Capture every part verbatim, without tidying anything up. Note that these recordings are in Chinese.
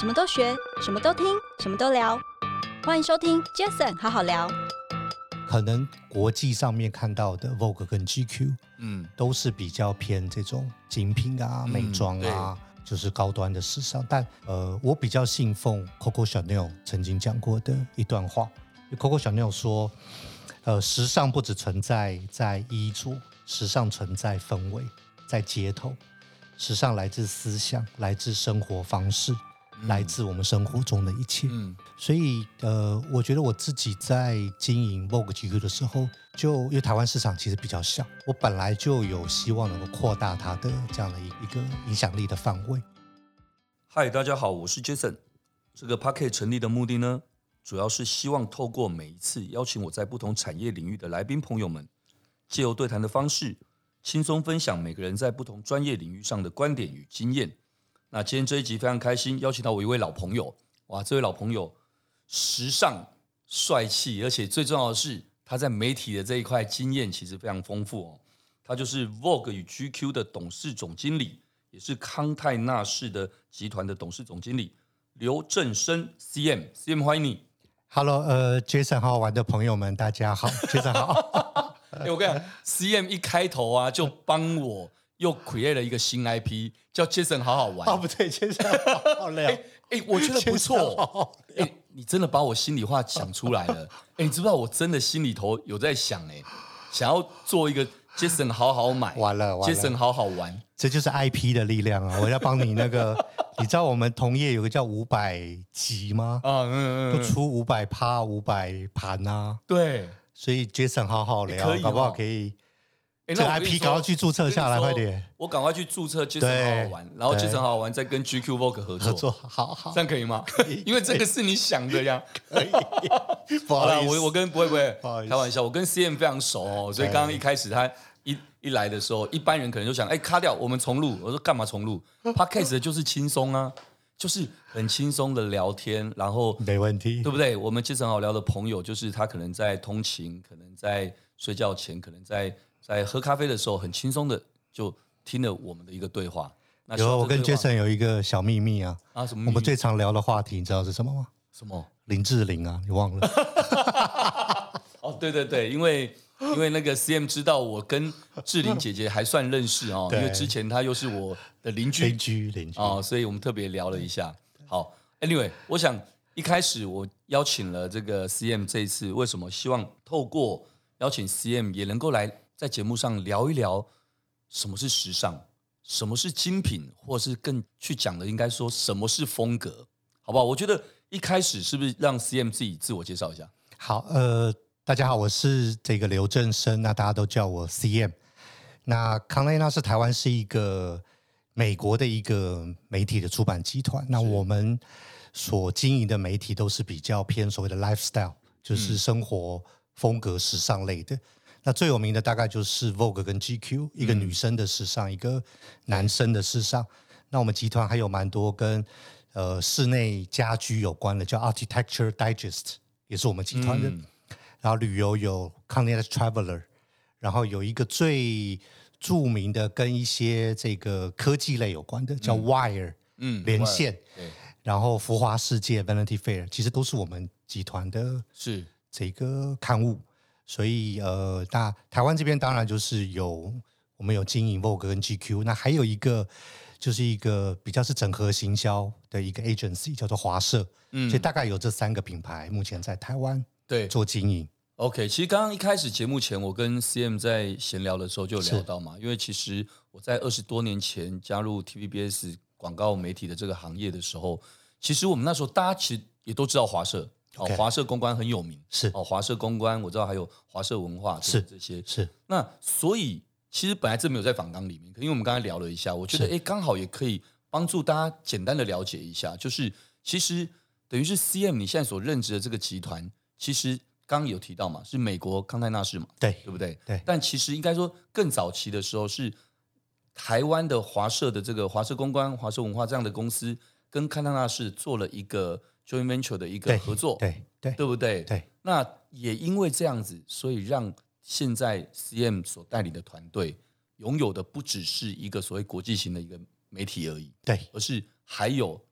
什么都学，什么都听，什么都聊。欢迎收听 Jason 好好聊。 可能国际上面看到的 Vogue 跟 G Q， 嗯，都是比较偏这种精品啊、嗯、美妆啊，就是高端的时尚。但呃，我比较信奉 Coco Chanel 曾经讲过的一段话。Coco Chanel 说，呃，时尚不只存在在衣着，时尚存在氛围，在街头。时尚来自思想，来自生活方式，嗯、来自我们生活中的一切。嗯，所以呃，我觉得我自己在经营 Vogue G Q 的时候，就因为台湾市场其实比较小，我本来就有希望能够扩大它的这样的一个影响力的范围。 嗨，大家好，我是 Jason。这个 Podcast 成立的目的呢，主要是希望透过每一次邀请我在不同产业领域的来宾朋友们，借由对谈的方式，轻松分享每个人在不同专业领域上的观点与经验。那今天这一集非常开心，邀请到我一位老朋友。哇，这位老朋友时尚帅气，而且最重要的是他在媒体的这一块经验其实非常丰富哦。他就是 Vogue 与 G Q 的董事总经理，也是康泰纳仕的集团的董事总经理刘正生 C M。 C M 欢迎你。 Hello， 呃 Jason 好好玩的朋友们大家好。Jason 好。 欸、我跟你讲 C M 一开头啊就帮我又 create 了一个新 I P 叫 Jason 好好玩。 哦不对 Jason 好好聊。 欸欸、我觉得不错。欸、你真的把我心里话讲出来了。欸、你知不知道我真的心里头有在想、欸、想要做一个 Jason 好好买， 完了完了 Jason 好好玩。 这就是 I P 的力量啊！我要帮你那个你知道我们同业有个叫五百集吗？啊嗯嗯嗯，都出五百趴五百盘啊。 对， 所以 Jason 好好聊、欸哦、搞不好可以这个 I P 赶快去注册下来，快点！ 我赶快去注册 Jason 好好玩，然后 Jason 好好玩再跟 G Q Vogue 合作， 合作好好， 这样可以吗？可以，因为这个是你想的呀。 可以，不好意思， 我我跟不会不会开玩笑，我跟 C M 非常熟哦，所以刚刚一开始他一一来的时候，一般人可能就想，哎，卡掉，我们重录。我说干嘛重录 ？Podcast 的就是轻松啊，就是很轻松的聊天，然后没问题， 对不对？我们Jason好好聊的朋友，就是他可能在通勤，可能在睡觉前，可能在。在喝咖啡的时候，很轻松的就听了我们的一个对话。那有，我跟 Jason 有一个小秘密啊。 啊，什么秘密？ 我们最常聊的话题，你知道是什么吗？ 什么？ 林志玲啊，你忘了？ 哦，对对对，因为因为那个 C M 知道我跟志玲姐姐还算认识哦，因为之前她又是我的邻居， 邻居邻居哦，所以我们特别聊了一下。好 ，Anyway， 我想一开始我邀请了这个 C M， 这一次为什么希望透过邀请 C M 也能够来。在节目上聊一聊什么是时尚，什么是精品，或是更去讲的应该说什么是风格，好不好？我觉得一开始是不是让 C M 自己自我介绍一下？ 好，呃，大家好，我是这个刘正生，那大家都叫我 C M。那康奈纳是台湾是一个美国的一个媒体的出版集团，那我们所经营的媒体都是比较偏所谓的 lifestyle， 就是生活风格、时尚类的。那最有名的大概就是 Vogue 跟 G Q， 一个女生的时尚、嗯、一个男生的时尚。那我们集团还有蛮多跟呃室内家居有关的，叫 Architecture Digest， 也是我们集团的、嗯、然后旅游有 Continental Traveler， 然后有一个最著名的跟一些这个科技类有关的叫 Wire， 嗯，连线，对，然后浮华世界 Vanity Fair 其实都是我们集团的是这个刊物。所以呃，那台湾这边当然就是有我们有经营 Vogue 跟 G Q， 那还有一个就是一个比较是整合行销的一个 agency 叫做华社，嗯，所以大概有这三个品牌目前在台湾对做经营。 OK， 其实刚刚一开始节目前，我跟 C M 在闲聊的时候就聊到嘛，因为其实我在二十多年前加入 T V B S 广告媒体的这个行业的时候，其实我们那时候大家其实也都知道华社。哦，华社公关很有名，是哦，华社公关我知道，还有华社文化是这些是。那所以其实本来这没有在访纲里面，因为我们刚才聊了一下，我觉得哎，刚好也可以帮助大家简单的了解一下，就是其实等于是 C M 你现在所任职的这个集团，其实刚刚有提到嘛，是美国康泰纳仕嘛， 对对不对？ 对。 但其实应该说更早期的时候是台湾的华社的这个华社公关、华社文化这样的公司跟康泰纳仕做了一个。joint venture 的一个合作， 对 对, 对， 对不对？ 对， 那也因为这样子，所以让现在 C M 所带领的团队拥有的不只是一个所谓国际型的一个媒体而已， 对， 而是还有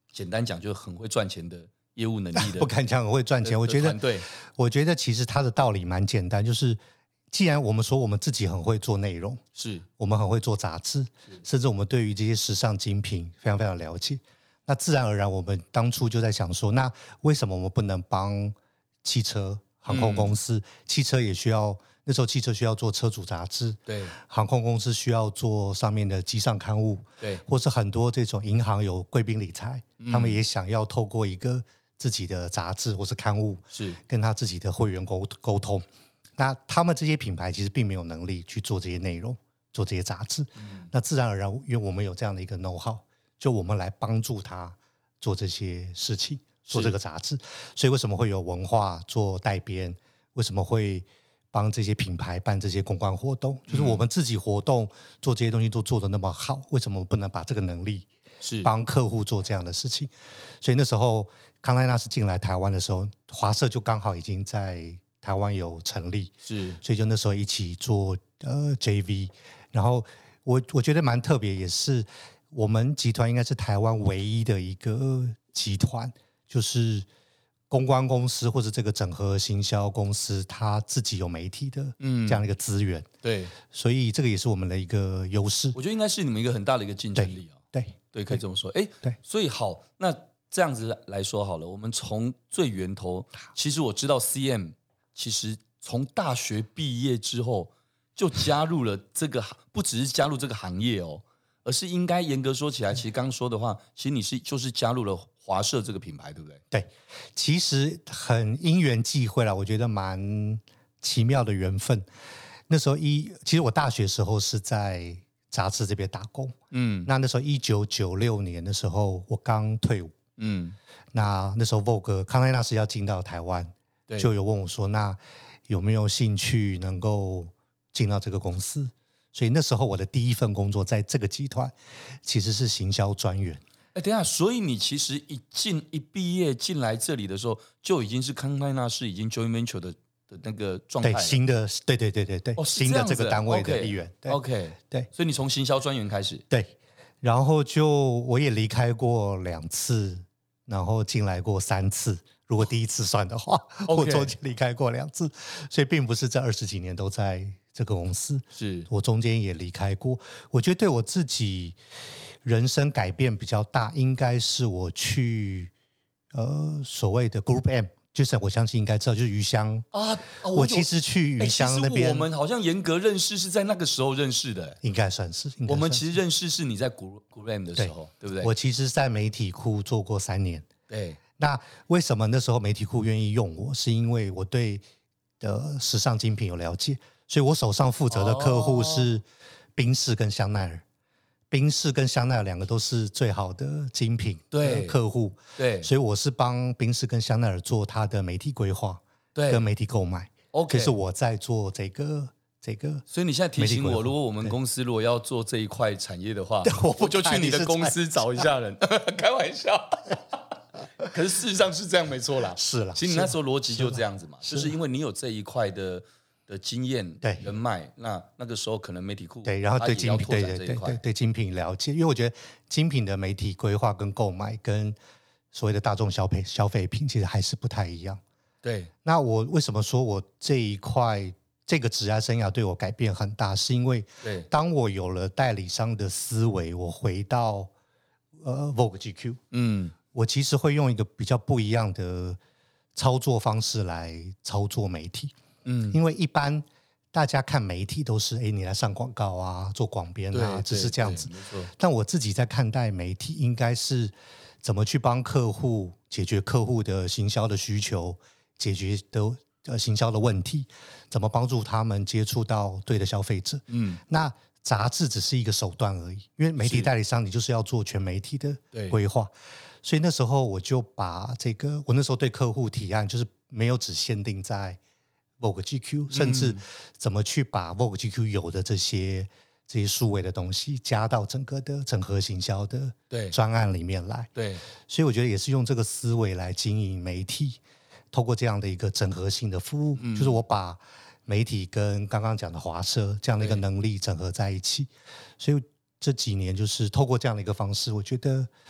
简单讲就很会赚钱的业务能力的， 不敢讲很会赚钱。我觉得，我觉得其实它的道理蛮简单，就是既然我们说我们自己很会做内容， 是我们很会做杂志，甚至我们对于这些时尚精品非常非常了解，那自然而然我们当初就在想说，那为什么我们不能帮汽车、航空公司？嗯、汽车也需要。那时候汽车需要做车主杂志， 对， 航空公司需要做上面的机上刊物， 对， 或是很多这种银行有贵宾理财、嗯，他们也想要透过一个自己的杂志或是刊物， 是跟他自己的会员沟沟通。那他们这些品牌其实并没有能力去做这些内容，做这些杂志。嗯、那自然而然，因为我们有这样的一个 know how， 就我们来帮助他做这些事情，做这个杂志。所以为什么会有文化做代编？为什么会帮这些品牌办这些公关活动，就是我们自己活动做这些东西都做得那么好，为什么不能把这个能力是帮客户做这样的事情？所以那时候康奈纳是进来台湾的时候，华社就刚好已经在台湾有成立， 是， 所以就那时候一起做呃 J V， 然后我我觉得蛮特别，也是我们集团应该是台湾唯一的一个集团，就是公关公司或者这个整合行销公司，它自己有媒体的这样的一个资源、嗯， 对， 所以这个也是我们的一个优势。 我觉得应该是你们一个很大的一个竞争力啊。 对对, 对，可以这么说。哎，对，所以好，那这样子来说好了，我们从最源头，其实我知道 C M 其实从大学毕业之后就加入了这个，不只是加入这个行业哦，而是应该严格说起来，其实刚刚说的话，其实你是就是加入了华社这个品牌，对不对？ 对，其实很因缘际会啦，我觉得蛮奇妙的缘分。那时候一，其实我大学时候是在杂志这边打工，嗯，那那时候一九九六年的时候，我刚退伍，嗯，那那时候 Vogue 康奈纳是要进到台湾，就有问我说，那有没有兴趣能够进到这个公司？所以那时候我的第一份工作在这个集团其实是行销专员。 哎，等一下，所以你其实一进一毕业进来这里的时候，就已经是康奈纳是已经 joint venture 的的那个状态了， 对新的，对对对对对、哦，新的这个单位的一员。 OK，, okay 对，所以你从行销专员开始， 对，然后就我也离开过两次，然后进来过三次。如果第一次算的话， okay, 我中间离开过两次，所以并不是这二十几年都在这个公司， 是我中间也离开过。我觉得对我自己人生改变比较大，应该是我去呃所谓的 Group M， 就是我相信应该知道，就是余香啊。我, 我其实去余香那边， 我们好像严格认识是在那个时候认识的， 应该算是。 我们其实认识是你在 Group M 的时候， 对, 对不对？ 我其实在媒体库做过三年， 对。 那为什么那时候媒体库愿意用我？是因为我对的时尚精品有了解，所以我手上负责的客户是宾士跟香奈儿。宾士跟香奈儿两个都是最好的精品的客户， 对， 所以我是帮宾士跟香奈儿做他的媒体规划，对，跟媒体购买。 OK， 就是我在做这个这个。 所以你现在提醒我，如果我们公司如果要做这一块产业的话，我, 我就去你的公司找一下人。开玩笑。可是事实上是这样没错啦， 是啦。 其实你那时候逻辑就这样子嘛，就是因为你有这一块的的经验、 对人脉，那那个时候可能媒体库对，然后对精品对对对对对精品了解，因为我觉得精品的媒体规划跟购买跟所谓的大众消费消费品其实还是不太一样。 对， 那我为什么说我这一块这个职业生涯对我改变很大，是因为当我有了代理商的思维，我回到呃 Vogue G Q， 嗯。我其实会用一个比较不一样的操作方式来操作媒体，嗯，因为一般大家看媒体都是，哎，你来上广告啊，做广编啊，只是这样子。但我自己在看待媒体，应该是怎么去帮客户解决客户的行销的需求，解决的呃行销的问题，怎么帮助他们接触到对的消费者。嗯，那杂志只是一个手段而已，因为媒体代理商你就是要做全媒体的规划。所以那时候我就把这个，我那时候对客户提案就是没有只限定在 Vogue G Q， 甚至怎么去把 Vogue G Q 有的这些这些数位的东西加到整个的整合行销的专案里面来。 对， 所以我觉得也是用这个思维来经营媒体，透过这样的一个整合性的服务，嗯、就是我把媒体跟刚刚讲的华社这样的一个能力整合在一起。所以这几年就是透过这样的一个方式，我觉得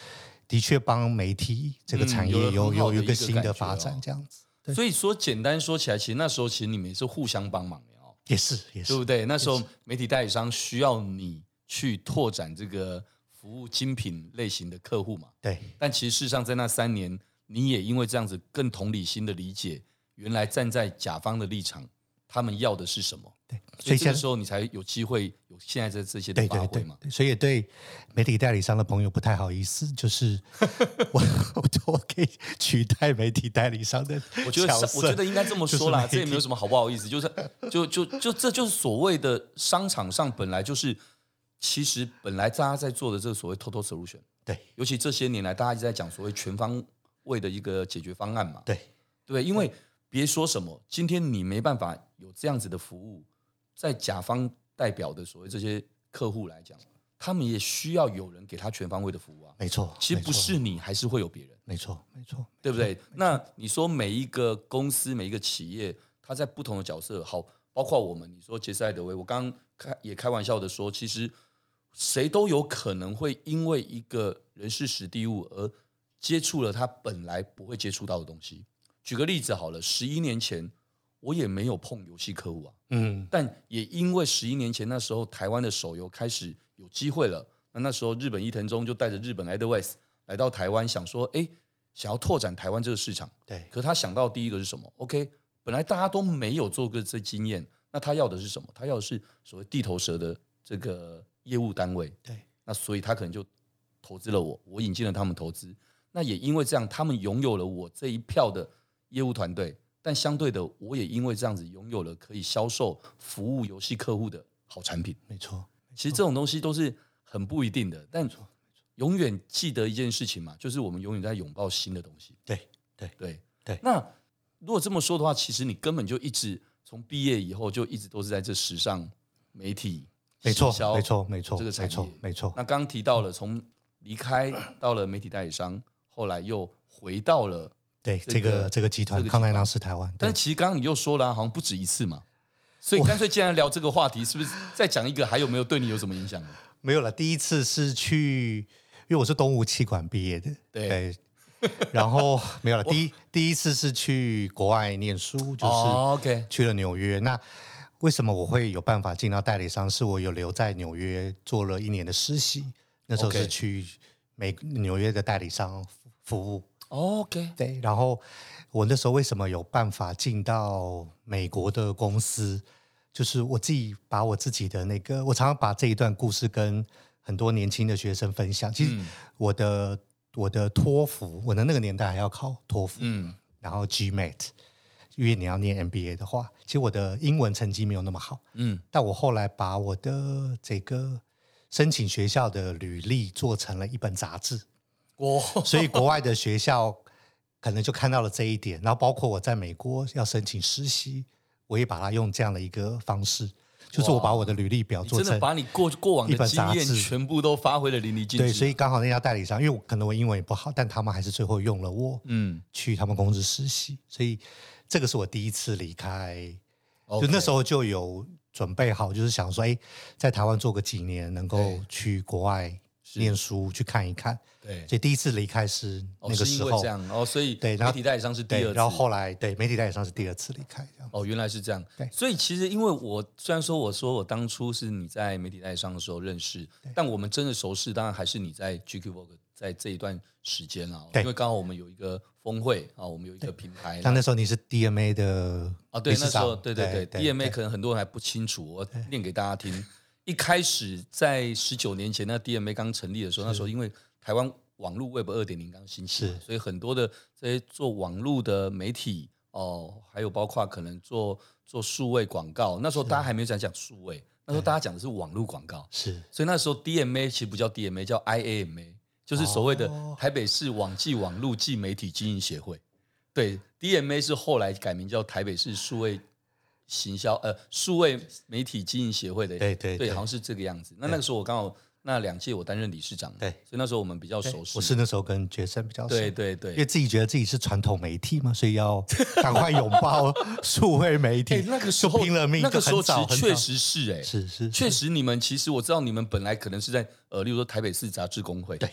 的确帮媒体这个产业嗯、 有有有有一个新的哦发展，这样子。 所以说，简单说起来，其实那时候其实你们也是互相帮忙的哦， 也是也是， 对不对？那时候媒体代理商需要你去拓展这个服务精品类型的客户嘛， 对。 但其实事实上，在那三年，你也因为这样子更同理心的理解，原来站在甲方的立场，他们要的是什么？ 对， 所以这个时候你才有机会有现在这这些的发挥嘛。 对对对，所以也对媒体代理商的朋友不太好意思，就是我我可以取代媒体代理商的我觉得我觉得应该这么说啦，这也没有什么好不好意思，就是就就就这就是所谓的商场上本来就是，其实本来大家在做的这个所谓 total solution， 对， 尤其这些年来大家一直在讲所谓全方位的一个解决方案嘛， 对对，因为别说什么，今天你没办法有这样子的服务，在甲方代表的所谓这些客户来讲，他们也需要有人给他全方位的服务啊。 没错， 其实不是你，还是会有别人。 没错，没错， 对不对？那你说每一个公司、每一个企业，它在不同的角色，好，包括我们，你说杰斯艾德威，我刚刚开也开玩笑的说，其实谁都有可能会因为一个人事时地物而接触了他本来不会接触到的东西。举个例子好了，十一年前我也没有碰游戏客户啊，嗯，但也因为十一年前那时候台湾的手游开始有机会了，那那时候日本伊藤忠就带着日本 Edelweiss 来到台湾，想说，哎，想要拓展台湾这个市场， 对。 可是他想到第一个是什么 ？OK， 本来大家都没有做过这经验，那他要的是什么？他要的是所谓地头蛇的这个业务单位， 对。 那所以他可能就投资了我，我引进了他们投资，那也因为这样，他们拥有了我这一票的业务团队，但相对的，我也因为这样子拥有了可以销售服务游戏客户的好产品。 没错， 其实这种东西都是很不一定的，但永远记得一件事情嘛，就是我们永远在拥抱新的东西。 对对对对。 那如果这么说的话，其实你根本就一直从毕业以后就一直都是在这时尚媒体， 没错行销没错没错这个产业， 没错没错。 那刚刚提到了从离开到了媒体代理商，后来又回到了对这个这个集团康奈纳斯台湾， 但其实刚刚你又说了、啊，好像不止一次嘛，所以干脆既然聊这个话题，是不是再讲一个？还有没有对你有什么影响？ 没有了，第一次是去，因为我是东吴企管毕业的， 对， 对然后没有了，第一第一次是去国外念书，就是去了纽约。哦 okay、那为什么我会有办法进到代理商？是我有留在纽约做了一年的实习，那时候是去美纽约的代理商服务。 OK， 对，然后我那时候为什么有办法进到美国的公司？就是我自己把我自己的那个，我常常把这一段故事跟很多年轻的学生分享。其实我的、嗯、我的托福，我的那个年代还要考托福，嗯，然后 G M A T， 因为你要念 M B A 的话，其实我的英文成绩没有那么好，嗯，但我后来把我的这个申请学校的履历做成了一本杂志。 哦、 所以国外的学校可能就看到了这一点，然后包括我在美国要申请实习，我也把它用这样的一个方式，就是我把我的履历表做成真的把你过过往的经验全部都发挥了淋漓尽致。 对，所以刚好那家代理商，因为我可能我英文也不好，但他们还是最后用了我，嗯，去他们公司实习，所以这个是我第一次离开， okay. 就那时候就有准备好，就是想说，哎，在台湾做个几年，能够去国外念书去看一看。对，所以第一次离开是那个时候， 哦、是因为这样哦，所以对，媒体代理商是第二次， 然后后来对媒体代理商是第二次离开这样。 哦，原来是这样。对，所以其实因为我虽然说我说我当初是你在媒体代理商的时候认识，但我们真的熟识，当然还是你在 G Q Vogue 在这一段时间啊，因为刚好我们有一个峰会啊，我们有一个品牌。 但那时候你是 D M A 的啊，对，那时候对对 对, 对 ，D M A 可能很多人还不清楚，我念给大家听。一开始在十九年前，那 D M A 刚成立的时候，那时候因为台湾网络 Web 二点零 刚兴起，所以很多的这些做网络的媒体哦，还有包括可能做做数位广告，那时候大家还没有在讲数位，那时候大家讲的是网络广告， 是， 所以那时候 D M A 其实不叫 D M A， 叫 I A M A， 就是所谓的台北市网际网络暨媒体经营协会。对 ，D M A 是后来改名叫台北市数位行销呃数位媒体经营协会的， 对对对, 对，好像是这个样子。那那个时候我刚好。那两届我担任理事长， 对， 所以那时候我们比较熟悉。 我是那时候跟杰森比较熟， 对对对， 因为自己觉得自己是传统媒体嘛，所以要赶快拥抱数位媒体。 欸、那个时候拼了命， 那个时候其实确实是哎、欸， 是是， 确实你们其实我知道你们本来可能是在呃，例如说台北市杂志工会， 对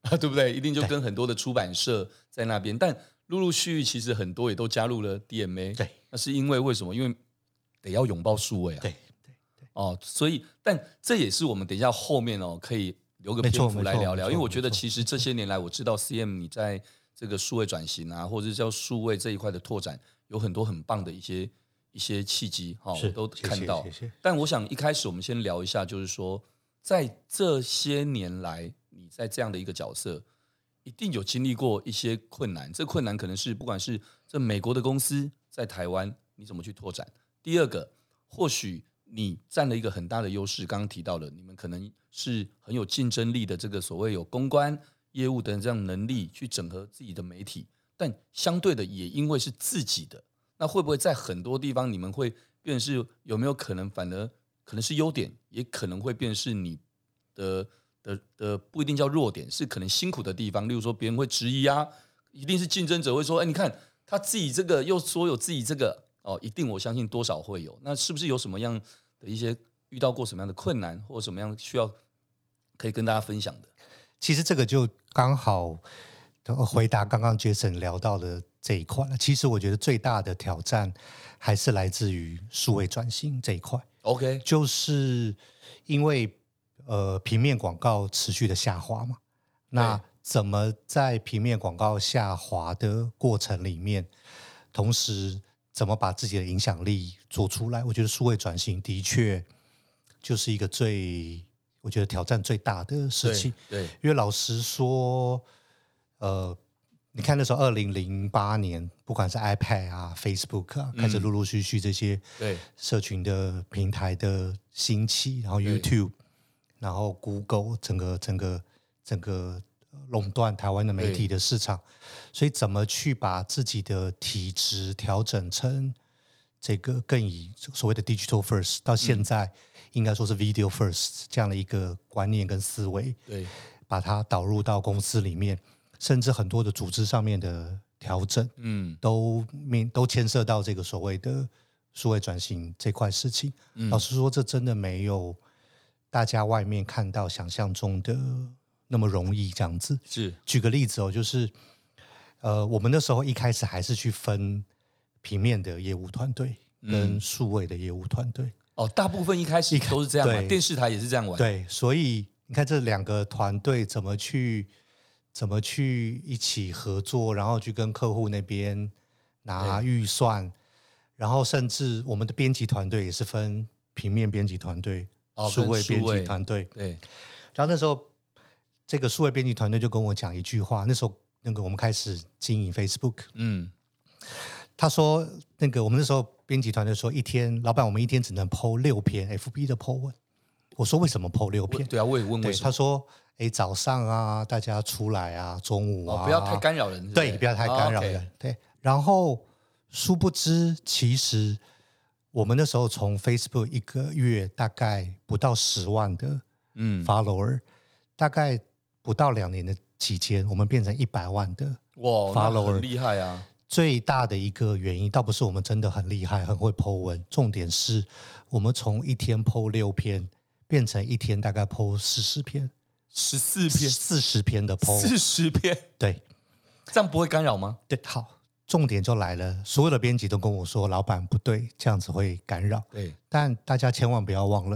对不对？一定就跟很多的出版社在那边，但陆陆续续其实很多也都加入了 D M A。 对， 那是因为为什么？因为得要拥抱数位啊。 对对对。 哦，所以但这也是我们等一下后面哦可以留个篇幅来聊聊，因为我觉得其实这些年来我知道 C M 你在这个数位转型啊，或者是叫数位这一块的拓展，有很多很棒的一些一些契机，哈、哦，我都看到。 谢谢谢谢。 但我想一开始我们先聊一下，就是说在这些年来，你在这样的一个角色，一定有经历过一些困难。这困难可能是不管是这美国的公司在台湾你怎么去拓展，第二个或许你占了一个很大的优势，刚刚提到了你们可能是很有竞争力的这个所谓有公关业务的这样能力去整合自己的媒体，但相对的也因为是自己的，那会不会在很多地方你们会变成是有没有可能反而可能是优点，也可能会变成是你的的的不一定叫弱点，是可能辛苦的地方，例如说别人会质疑啊，一定是竞争者会说，哎，你看他自己这个又说有自己这个哦，一定我相信多少会有，那是不是有什么样的一些遇到过什么样的困难，或者什么样需要可以跟大家分享的？ 其实这个就刚好回答刚刚 Jason 聊到的这一块了。其实我觉得最大的挑战还是来自于数位转型这一块。 OK， 就是因为呃平面广告持续的下滑嘛，那怎么在平面广告下滑的过程里面，同时怎么把自己的影响力做出来？我觉得数位转型的确就是一个最我觉得挑战最大的事情。 对，对， 因为老实说，呃，你看那时候二零零八年，不管是 iPad 啊、Facebook 啊，开始陆陆续续这些社群的平台的兴起，然后 YouTube， 然后 Google 整个整个整个垄断台湾的媒体的市场，所以怎么去把自己的体质调整成这个更以所谓的 digital first， 到现在应该说是 video first 这样的一个观念跟思维， 对， 把它导入到公司里面，甚至很多的组织上面的调整，嗯，都面都牵涉到这个所谓的数位转型这块事情。嗯、老实说，这真的没有大家外面看到想象中的那么容易这样子。 是， 举个例子哦，就是呃，我们那时候一开始还是去分平面的业务团队跟数位的业务团队。嗯哦，大部分一开始都是这样嘛，电视台也是这样玩。 对，所以你看这两个团队怎么去怎么去一起合作，然后去跟客户那边拿预算，然后甚至我们的编辑团队也是分平面编辑团队、 哦、 数位编辑团队。 对， 然后那时候这个数位编辑团队就跟我讲一句话，那时候那个我们开始经营 Facebook， 嗯，他说那个我们那时候编辑团队说一天，老板我们一天只能 po 六篇 F B 的 po 文。我说为什么 po 六篇？ 对啊，我也问为什么。 他说，哎，早上啊，大家出来啊，中午啊， 哦、不要太干扰人是不是。 对，不要太干扰人。哦 okay、对，然后殊不知，其实我们那时候从 Facebook 一个月大概不到十万的 follower，、嗯、大概不到两年的期间，我们变成一百万的 follower， 哇，很厉害啊！ 最大的一个原因，倒不是我们真的很厉害、很会 po 文，重点是我们从一天 po 六篇，变成一天大概 po 四十篇、 十四篇、 四十篇的 po， 四十篇， 对， 这样不会干扰吗？ 对，好，重点就来了，所有的编辑都跟我说，老板不对，这样子会干扰。 对， 但大家千万不要忘了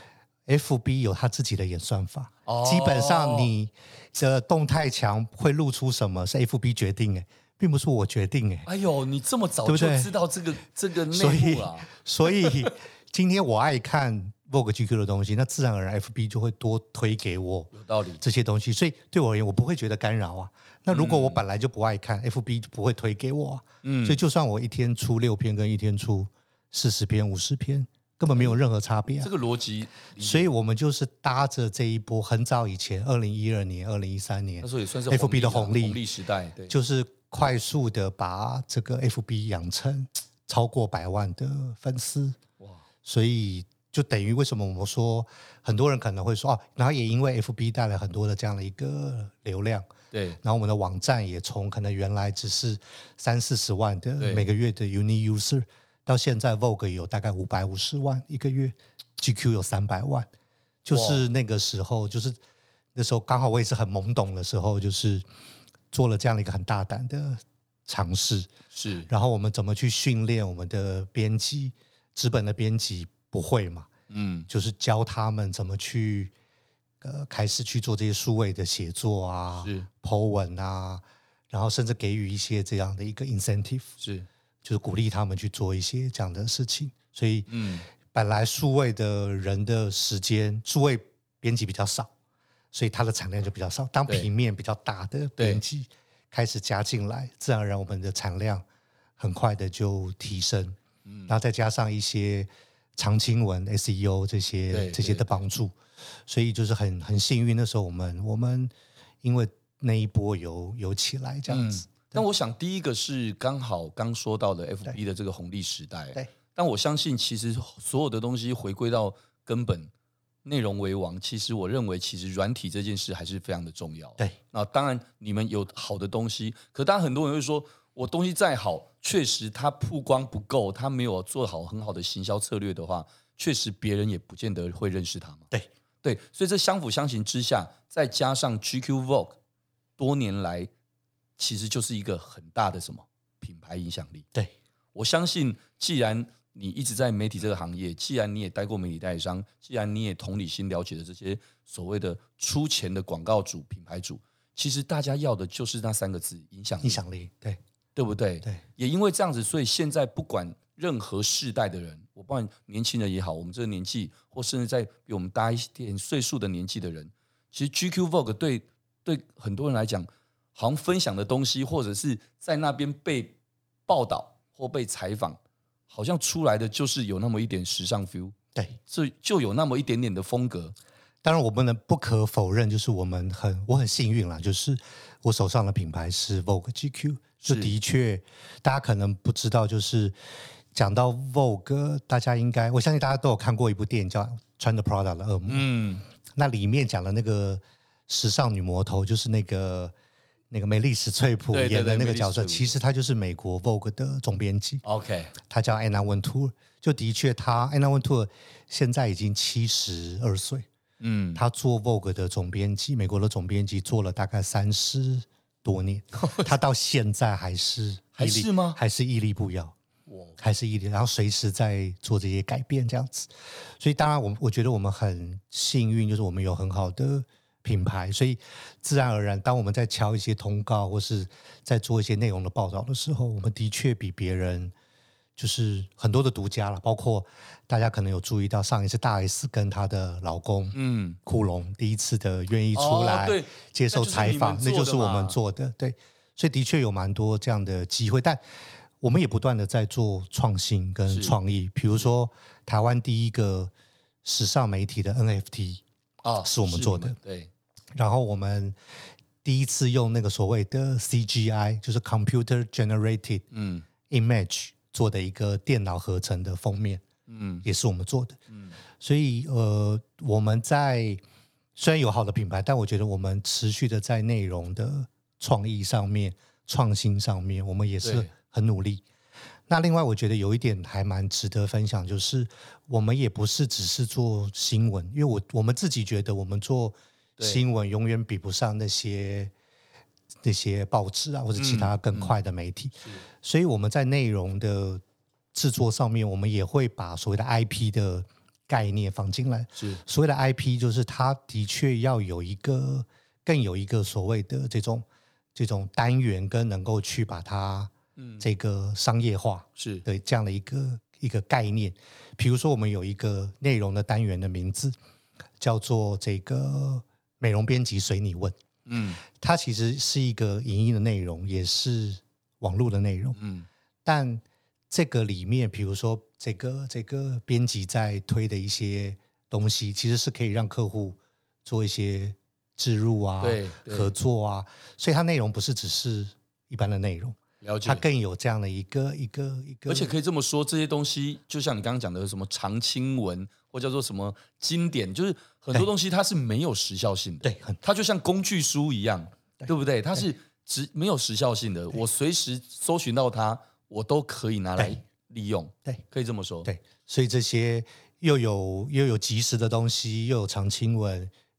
，F B 有他自己的演算法，哦、基本上你的动态墙会露出什么，是 F B 决定哎。并不是我决定哎， 哎呦，你这么早就知道这个这个内幕了， 所以，所以今天我爱看 Vogue G Q 的东西，那自然而然 F B 就会多推给我， 有道理这些东西，所以对我而言，我不会觉得干扰啊。那如果我本来就不爱看、嗯、，F B 就不会推给我、啊，嗯，所以就算我一天出六篇，跟一天出四十篇、五十篇，根本没有任何差别、啊。 这个逻辑， 所以我们就是搭着这一波，很早以前，二零一二年、二零一三年， 那时候也算是 F B 的红利红利时代，对， 就是快速的把这个 F B 养成超过百万的粉丝，哇！所以就等于为什么我们说很多人可能会说哦，然后也因为 F B 带来很多的这样的一个流量， 对， 然后我们的网站也从可能原来只是三四十万的每个月的 unique user， 到现在 Vogue 有大概五百五十万一个月 ，G Q 有三百万，就是那个时候就是那时候刚好我也是很懵懂的时候，就是做了这样的一个很大胆的尝试。 是， 然后我们怎么去训练我们的编辑，纸本的编辑不会嘛，嗯，就是教他们怎么去呃开始去做这些数位的写作啊，是 po 文啊，然后甚至给予一些这样的一个 incentive， 是就是鼓励他们去做一些这样的事情。所以，嗯，本来数位的人的时间，数位编辑比较少，所以它的产量就比较少。当平面比较大的编辑开始加进来，自然而然我们的产量很快的就提升。嗯，然后再加上一些长青文 S E O 这些这些的帮助，所以就是很很幸运。那时候我们我们因为那一波有有起来这样子。 嗯，但我想第一个是刚好刚说到的 F B 的这个红利时代。对。但我相信，其实所有的东西回归到根本，内容为王。其实我认为，其实软体这件事还是非常的重要。 对， 那当然你们有好的东西，可当然很多人会说，我东西再好，确实它曝光不够，它没有做好很好的行销策略的话，确实别人也不见得会认识它嘛。 对对，所以这相辅相成之下，再加上 G Q Vogue 多年来其实就是一个很大的什么品牌影响力。 对， 我相信，既然你一直在媒体这个行业，既然你也待过媒体代理商，既然你也同理心了解了这些所谓的出钱的广告主、品牌主，其实大家要的就是那三个字：影响力。 影响力，对， 对不对？ 对。 也因为这样子，所以现在不管任何世代的人，我不管年轻人也好，我们这个年纪，或甚至在比我们大一点岁数的年纪的人，其实 G Q Vogue 对对很多人来讲，好像分享的东西，或者是在那边被报道或被采访。好像出来的就是有那么一点时尚 feel， 对， 所以就有那么一点点的风格。 当然，我们能不可否认，就是我们很我很幸运啦，就是我手上的品牌是 Vogue G Q， 就的确大家可能不知道，就是讲到 Vogue， 大家应该我相信大家都有看过一部电影叫《穿着 Prada 的恶魔》，嗯，那里面讲的那个时尚女魔头，就是那个。那个梅丽史翠普演的那个角色，对对对，其实他就是美国 Vogue 的总编辑。 OK， 他叫 Anna Wintour， 就的确他 Anna Wintour 现在已经七十二岁，嗯，他做 Vogue 的总编辑，美国的总编辑做了大概三十多年，他到现在还是还是吗？ 还是屹立不摇，还是屹立，然后随时在做这些改变这样子。所以当然我，我我觉得我们很幸运，就是我们有很好的品牌，所以自然而然，当我们在敲一些通告或是在做一些内容的报道的时候，我们的确比别人就是很多的独家了。包括大家可能有注意到，上一次大 S 跟她的老公嗯库龙第一次的愿意出来接受采访，那就是我们做的。对，所以的确有蛮多这样的机会，但我们也不断的在做创新跟创意。比如说，台湾第一个时尚媒体的 N F T 啊，是我们做的。 对。 然后我们第一次用那个所谓的 C G I， 就是 Computer Generated Image 做的一个电脑合成的封面，嗯，也是我们做的。嗯，所以呃，我们在虽然有好的品牌，但我觉得我们持续的在内容的创意上面、创新上面，我们也是很努力。那另外，我觉得有一点还蛮值得分享，就是我们也不是只是做新闻，因为我我们自己觉得我们做新闻永远比不上那些那些报纸啊，或者其他更快的媒体，嗯嗯、所以我们在内容的制作上面，我们也会把所谓的 I P 的概念放进来。是所谓的 I P， 就是它的确要有一个更有一个所谓的这种这种单元，跟能够去把它嗯这个商业化是的这样的一个一个概念。比如说，我们有一个内容的单元的名字叫做这个。美容编辑随你问，嗯，它其实是一个影音的内容，也是网络的内容，嗯，但这个里面，比如说这个这个编辑在推的一些东西，其实是可以让客户做一些置入啊、合作啊，所以它内容不是只是一般的内容，了解，它更有这样的一个一个一个， 而且可以这么说，这些东西就像你刚刚讲的什么长青文，或叫做什么经典，就是很多东西它是没有时效性的， 对， 它就像工具书一样， 对, 对不对？它是只没有时效性的，我随时搜寻到它，我都可以拿来利用， 对， 可以这么说， 对。所以这些又有又有即时的东西，又有长青文，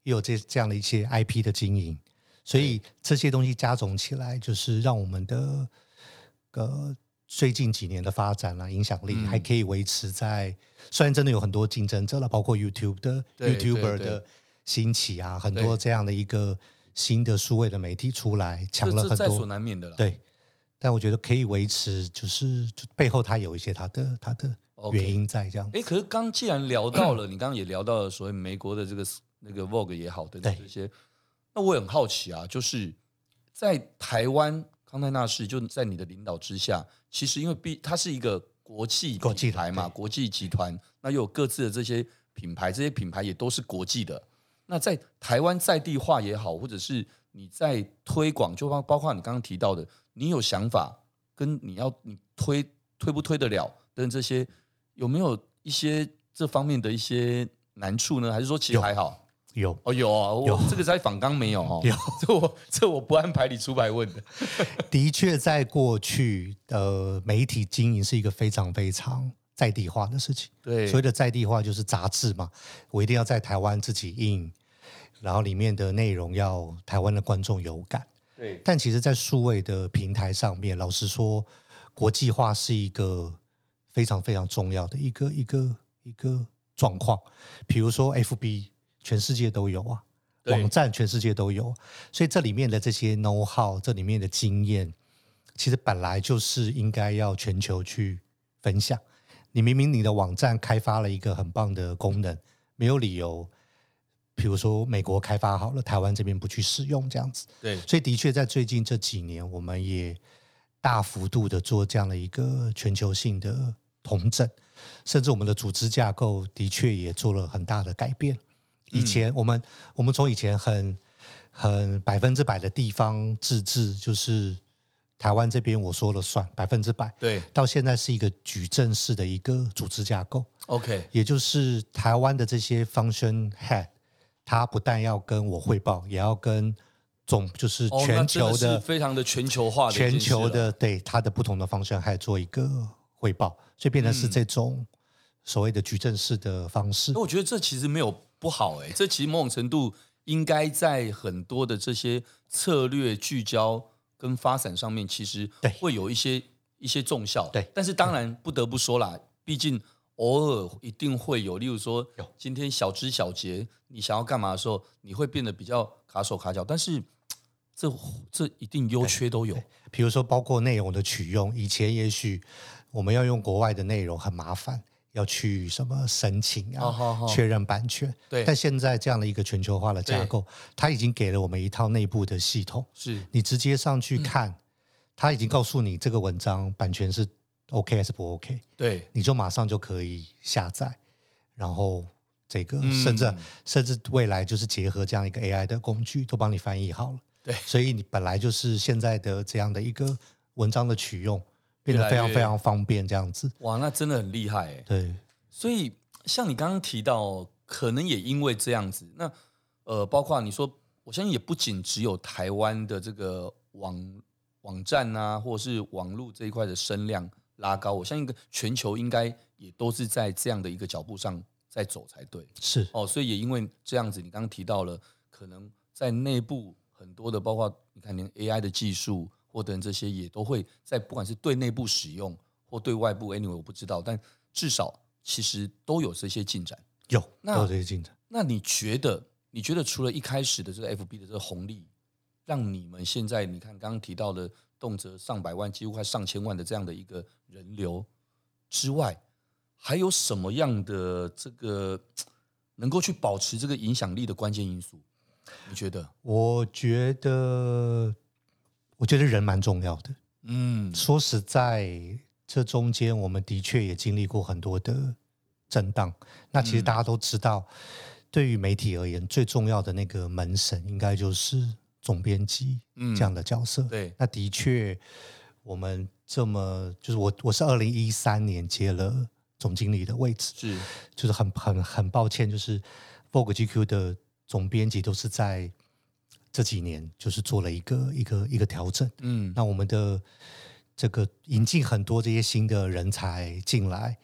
也有这这样的一些 I P 的经营，所以这些东西加总起来，就是让我们的呃最近几年的发展啊，影响力还可以维持在、嗯、虽然真的有很多竞争者了，包括 YouTube 的 YouTuber 的兴起啊，很多这样的一个新的数位的媒体出来，抢了很多， 这在所难免的啦。 对，但我觉得可以维持，就是就背后它有一些它的它的原因在这样。 哎，可是刚既然聊到了，你刚刚也聊到了所谓美国的这个那个 Vogue 也好的这些，那我也很好奇啊，就是在台湾康泰纳仕就在你的领导之下，其实因为毕它是一个国际品牌嘛，国际集团，那又有各自的这些品牌，这些品牌也都是国际的。那在台湾在地化也好，或者是你在推广，就包括你刚刚提到的，你有想法跟你要你推推不推得了等这些，有没有一些这方面的一些难处呢？还是说其实还好？ 有哦，有啊，我这个在访纲没有哦， 有这我这我不按牌理出牌问的。 的确，在过去，呃，媒体经营是一个非常非常在地化的事情。 对， 所谓的在地化就是杂志嘛，我一定要在台湾自己印，然后里面的内容要台湾的观众有感。 对， 但其实，在数位的平台上面，老实说，国际化是一个非常非常重要的一个一个一个状况。比如说 F B。全世界都有啊，网站全世界都有，所以这里面的这些 know how， 这里面的经验，其实本来就是应该要全球去分享。你明明你的网站开发了一个很棒的功能，没有理由，比如说美国开发好了，台湾这边不去使用这样子。 对， 所以的确在最近这几年，我们也大幅度的做这样的一个全球性的统整，甚至我们的组织架构的确也做了很大的改变。以前我们、嗯、我们从以前很很百分之百的地方自治，就是台湾这边我说了算百分之百， 对， 到现在是一个矩阵式的一个组织架构。 OK， 也就是台湾的这些 function head， 他不但要跟我汇报，也要跟总就是全球的、 哦、非常的全球化的全球的对他的不同的 function head 做一个汇报，所以变成是这种所谓的矩阵式的方式。 我觉得这其实没有不好哎、欸，这其实某种程度应该在很多的这些策略聚焦跟发展上面，其实会有一些一些重效。 对， 但是当然不得不说啦，毕竟偶尔一定会有，例如说今天小枝小节，你想要干嘛的时候，你会变得比较卡手卡脚。但是这这一定优缺都有。 比如说包括内容的取用，以前也许我们要用国外的内容很麻烦。要去什么申请啊、哦哦哦、确认版权， 对。 但现在这样的一个全球化的架构，它已经给了我们一套内部的系统， 是你直接上去看，嗯、它已经告诉你这个文章版权是 OK 还是不 OK， 对， 你就马上就可以下载，然后这个、嗯、甚至甚至未来就是结合这样一个 A I 的工具，都帮你翻译好了， 对， 所以你本来就是现在的这样的一个文章的取用。变得非常非常方便，这样子。 哇，那真的很厉害哎。 对， 所以像你刚刚提到，可能也因为这样子，那呃，包括你说，我相信也不仅只有台湾的这个网网站啊，或者是网络这一块的声量拉高，我相信全球应该也都是在这样的一个脚步上在走才对。 是哦，所以也因为这样子，你刚刚提到了，可能在内部很多的，包括你看连 A I 的技术。或等这些也都会在不管是对内部使用或对外部 anyway 我不知道，但至少其实都有这些进展。 有，都有这些进展。 那你觉得？你觉得除了一开始的这个 F B 的这个红利，让你们现在你看刚刚提到的动辄上百万、几乎快上千万的这样的一个人流之外，还有什么样的这个能够去保持这个影响力的关键因素？你觉得？ 我觉得。我觉得人蛮重要的，嗯，说实在，这中间我们的确也经历过很多的震荡。那其实大家都知道，嗯、对于媒体而言，最重要的那个门神应该就是总编辑这样的角色。 嗯、对， 那的确，我们这么就是我我是二零一三年接了总经理的位置， 是， 就是很很很抱歉，就是 Vogue G Q 的总编辑都是在。这几年就是做了一个一个一个调整，嗯，那我们的这个引进很多这些新的人才进来，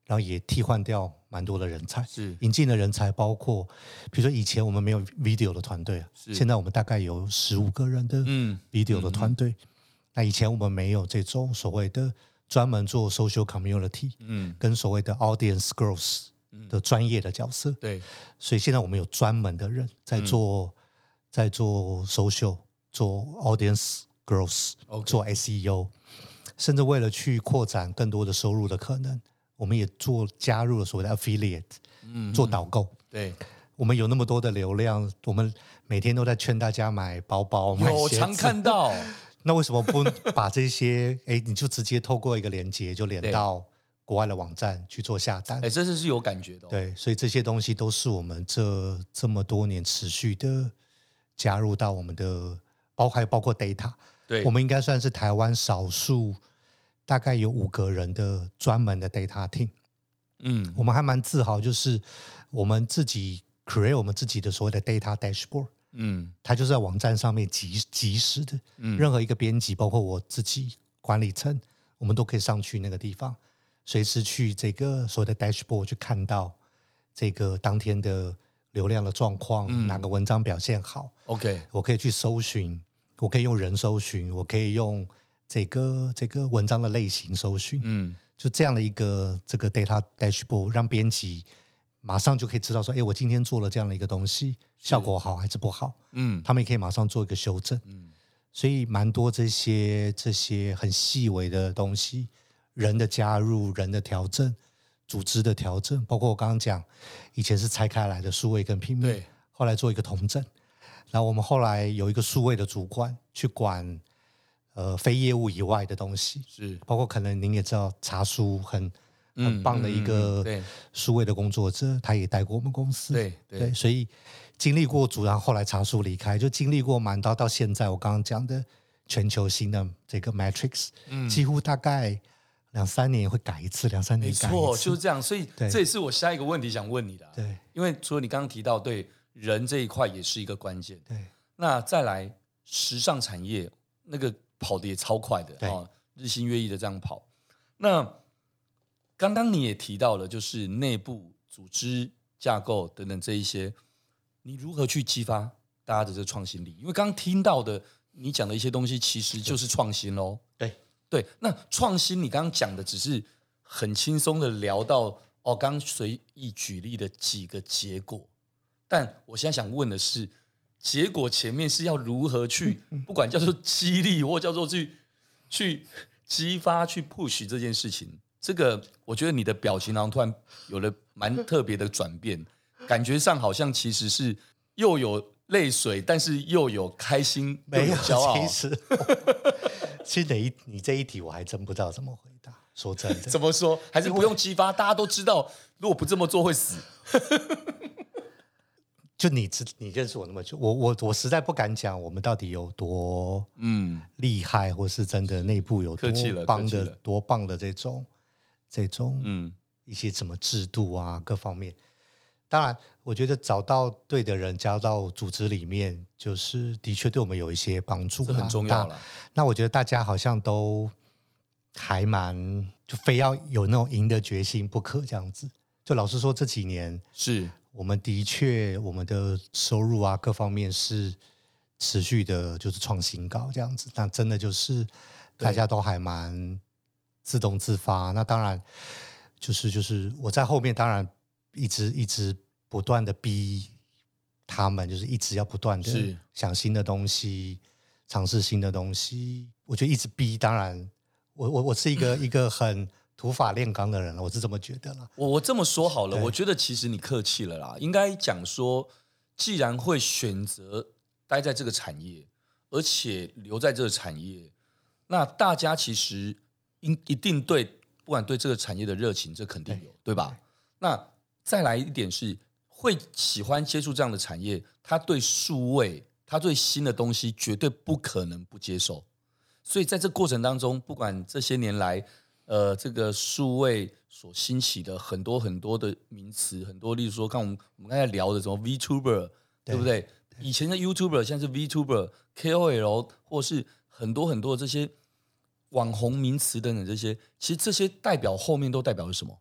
然后也替换掉蛮多的人才， 是引进的人才包括，比如说以前我们没有 video 的团队啊，现在我们大概有十五个人的 video 的团队。嗯嗯嗯，那以前我们没有这种所谓的专门做 social community，嗯，跟所谓的 audience growth 的专业的角色。 对， 所以现在我们有专门的人在做，嗯、在做 social， 做 audience growth，okay. 做 S E O， 甚至为了去扩展更多的收入的可能，我们也做加入了所谓的 affiliate，嗯，做导购。 对， 我们有那么多的流量，我们每天都在劝大家买包包、买鞋子。 我常看到。 那为什么不把这些，哎，你就直接透过一个连接，就连到国外的网站去做下单？ 哎，这是有感觉的、哦。 对，所以这些东西都是我们这这么多年持续的加入到我们的，包括包括 data。 对， 我们应该算是台湾少数，大概有五个人的专门的 data team。嗯，我们还蛮自豪，就是我们自己 create 我们自己的所谓的 data dashboard。嗯，它就是在网站上面即即时的，嗯，任何一个编辑，包括我自己管理层，我们都可以上去那个地方，随时去这个所谓的 dashboard 去看到这个当天的流量的状况，嗯、哪个文章表现好 ，OK， 我可以去搜寻，我可以用人搜寻，我可以用这个这个文章的类型搜寻，嗯，就这样的一个这个 data dashboard， 让编辑马上就可以知道说，哎，我今天做了这样的一个东西，效果好还是不好？嗯，他们也可以马上做一个修正。嗯，所以蛮多这些这些很细微的东西，人的加入、人的调整、组织的调整，包括我刚刚讲，以前是拆开来的数位跟平面，对，后来做一个统整，然后我们后来有一个数位的主管去管呃非业务以外的东西，是包括可能您也知道茶叔很。很棒的一个数位的工作者，嗯嗯嗯、他也带过我们公司， 对 对, 对，所以经历过主，然后后来茶叔离开，就经历过蛮到到现在我刚刚讲的全球性的这个 matrix，嗯、几乎大概两三年会改一次，两三年改一次， 没错，就是这样。所以这也是我下一个问题想问你的、啊， 对， 因为除了你刚刚提到对人这一块也是一个关键， 对， 那再来时尚产业那个跑得也超快的，哦，日新月异的这样跑，那。刚刚你也提到了，就是内部组织架构等等这一些，你如何去激发大家的这个创新力？因为刚刚听到的你讲的一些东西，其实就是创新咯。 对对，那创新你刚刚讲的只是很轻松的聊到哦，刚随意举例的几个结果，但我现在想问的是，结果前面是要如何去，不管叫做激励或叫做去去激发、去 push 这件事情。这个我觉得你的表情然后突然有了蛮特别的转变，感觉上好像其实是又有泪水，但是又有开心， 没有骄傲。 其实，其实你你这一题我还真不知道怎么回答。说真的， 怎么说？还是不用激发？大家都知道，如果不这么做会死。 就你你认识我那么久，我我我实在不敢讲我们到底有多嗯厉害，或是真的内部有多棒的多棒的这种。这种嗯一些什么制度啊各方面，当然我觉得找到对的人加到组织里面，就是的确对我们有一些帮助， 这很重要了。 那我觉得大家好像都还蛮就非要有那种赢的决心不可这样子。就老实说，这几年是我们的确我们的收入啊各方面是持续的，就是创新高这样子。那真的就是大家都还蛮。自动自发，那当然就是就是我在后面当然一直一直不断的逼他们，就是一直要不断的想新的东西，尝试新的东西。我觉得一直逼，当然我我我是一个一个很土法炼钢的人，我是这么觉得啦。 我我这么说好了，我觉得其实你客气了啦，应该讲说，既然会选择待在这个产业，而且留在这个产业，那大家其实。一定对，不管对这个产业的热情，这肯定有， 对, 对吧？那再来一点是，会喜欢接触这样的产业，他对数位，他对新的东西绝对不可能不接受。所以在这过程当中，不管这些年来，呃，这个数位所兴起的很多很多的名词，很多，例如说，看我们我们刚才聊的什么 VTuber， 对不 对, 对？以前的 YouTuber， 现在是 VTuber、K O L， 或是很多很多的这些。网红名词等等这些，其实这些代表后面都代表是什么？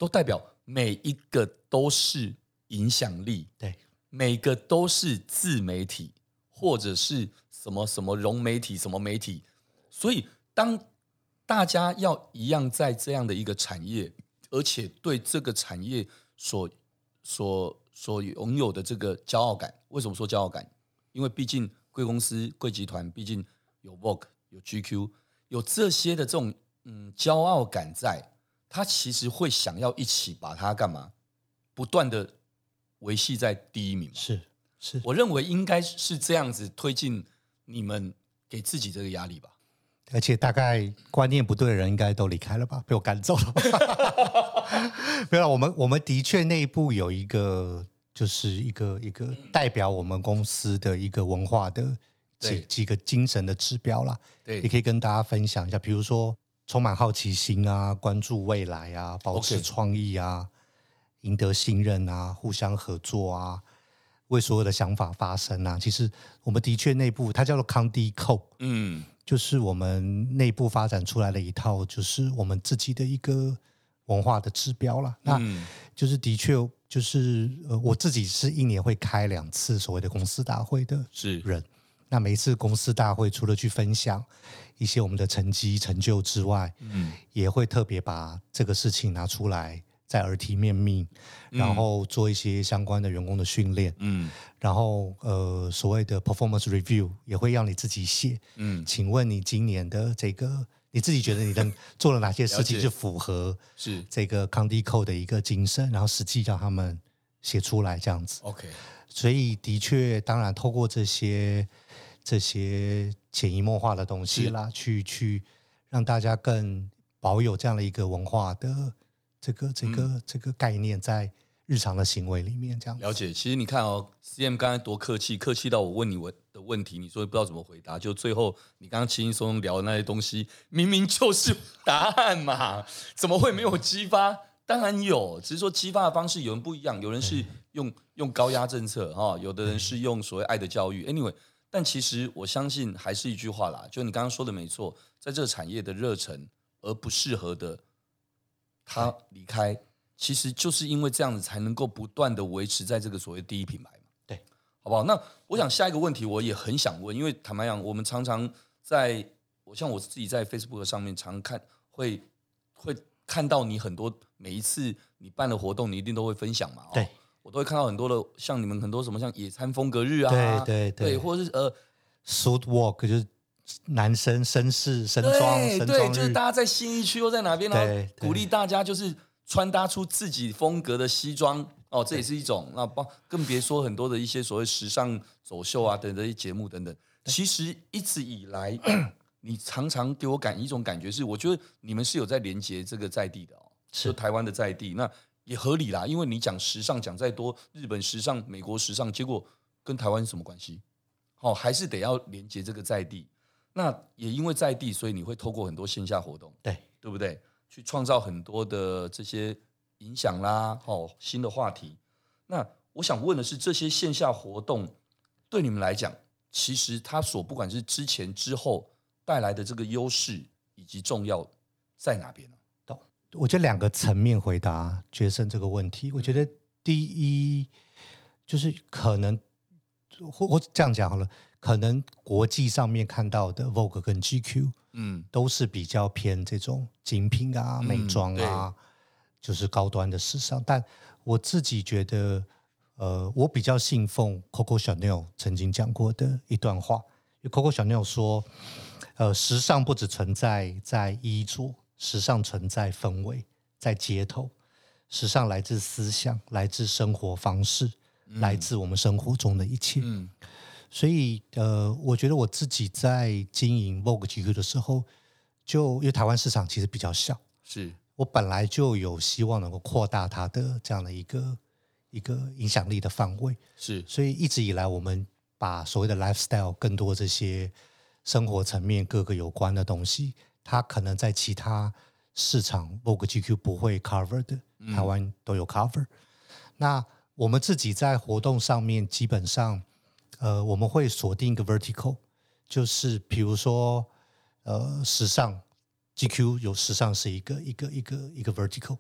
都代表每一个都是影响力， 对， 每个都是自媒体或者是什么什么融媒体什么媒体，所以当大家要一样在这样的一个产业，而且对这个产业所所所拥有的这个骄傲感，为什么说骄傲感？因为毕竟贵公司、贵集团，毕竟有 Vogue、有 G Q， 有这些的这种嗯骄傲感在，他其实会想要一起把它干嘛？不断的维系在第一名嘛。 是是， 我认为应该是这样子推进你们给自己这个压力吧。 而且大概观念不对的人应该都离开了吧，被我赶走了吧。没有，我们我们的确内部有一个。就是一个一个代表我们公司的一个文化的几几个精神的指标啦， 对， 也可以跟大家分享一下，比如说充满好奇心啊，关注未来啊，保持创意啊， okay. 赢得信任啊，互相合作啊，为所有的想法发声啊。其实我们的确内部它叫做 Condi Code， 嗯，就是我们内部发展出来的一套，就是我们自己的一个文化的指标啦。那就是的确。就是呃，我自己是一年会开两次所谓的公司大会的人，是那每一次公司大会除了去分享一些我们的成绩成就之外，嗯，也会特别把这个事情拿出来在耳提面命，嗯，然后做一些相关的员工的训练，嗯，然后呃所谓的 performance review 也会让你自己写，嗯，请问你今年的这个。你自己觉得你能做了哪些事情是符合是这个 Condi Code 的一个精神，然后实际让他们写出来这样子。OK， 所以的确，当然透过这些这些潜移默化的东西啦，去去让大家更保有这样的一个文化的这个这个、嗯、这个概念在日常的行为里面，这样了解。其实你看哦 ，C M 刚才多客气，客气到我问你的问题，你说不知道怎么回答，就最后你刚刚轻轻松松聊的那些东西，明明就是答案嘛，怎么会没有激发？当然有，只是说激发的方式有人不一样，有人是用用高压政策哈，有的人是用所谓爱的教育。Anyway， 但其实我相信还是一句话啦，就你刚刚说的没错，在这个产业的热忱而不适合的，他离开。其实就是因为这样子才能够不断的维持在这个所谓第一品牌嘛， 对， 好不好？那我想下一个问题我也很想问，因为坦白讲，我们常常在，我像我自己在 Facebook 上面常看，会会看到你很多每一次你办的活动，你一定都会分享嘛， 对， 哦，我都会看到很多的，像你们很多什么像野餐风格日啊， 对对对, 对，或者是呃 suit walk 就是。男生绅士身装， 对对，就是大家在信义区或在哪边呢，鼓励大家就是穿搭出自己风格的西装哦，这也是一种。那包更别说很多的一些所谓时尚走秀啊等等一些节目等等。其实一直以来，你常常给我感一种感觉是，我觉得你们是有在连接这个在地的哦，就台湾的在地，那也合理啦，因为你讲时尚讲再多，日本时尚、美国时尚，结果跟台湾什么关系？哦，还是得要连接这个在地。那也因为在地，所以你会透过很多线下活动， 对对不对？去创造很多的这些影响啦，哦，新的话题。那我想问的是，这些线下活动对你们来讲，其实它所不管是之前之后带来的这个优势以及重要在哪边呢？ 我觉得两个层面回答决胜这个问题。我觉得第一就是可能，或我这样讲好了。可能国际上面看到的 Vogue 跟 G Q， 嗯，都是比较偏这种精品啊、嗯、美妆啊，就是高端的时尚。但我自己觉得，呃，我比较信奉 Coco Chanel 曾经讲过的一段话。因为 Coco Chanel 说，呃，时尚不只存在在衣着，时尚存在氛围，在街头。时尚来自思想，来自生活方式，嗯、来自我们生活中的一切。嗯。所以，呃，我觉得我自己在经营 Vogue G Q 的时候，就因为台湾市场其实比较小， 是我本来就有希望能够扩大它的这样的一个一个影响力的范围， 是， 所以一直以来我们把所谓的 lifestyle 更多这些生活层面各个有关的东西，它可能在其他市场 Vogue G Q 不会 cover 的，台湾都有 cover。嗯、那我们自己在活动上面基本上。呃，我们会锁定一个 vertical， 就是比如说，呃，时尚 G Q 有时尚是一个一个一个一个 vertical，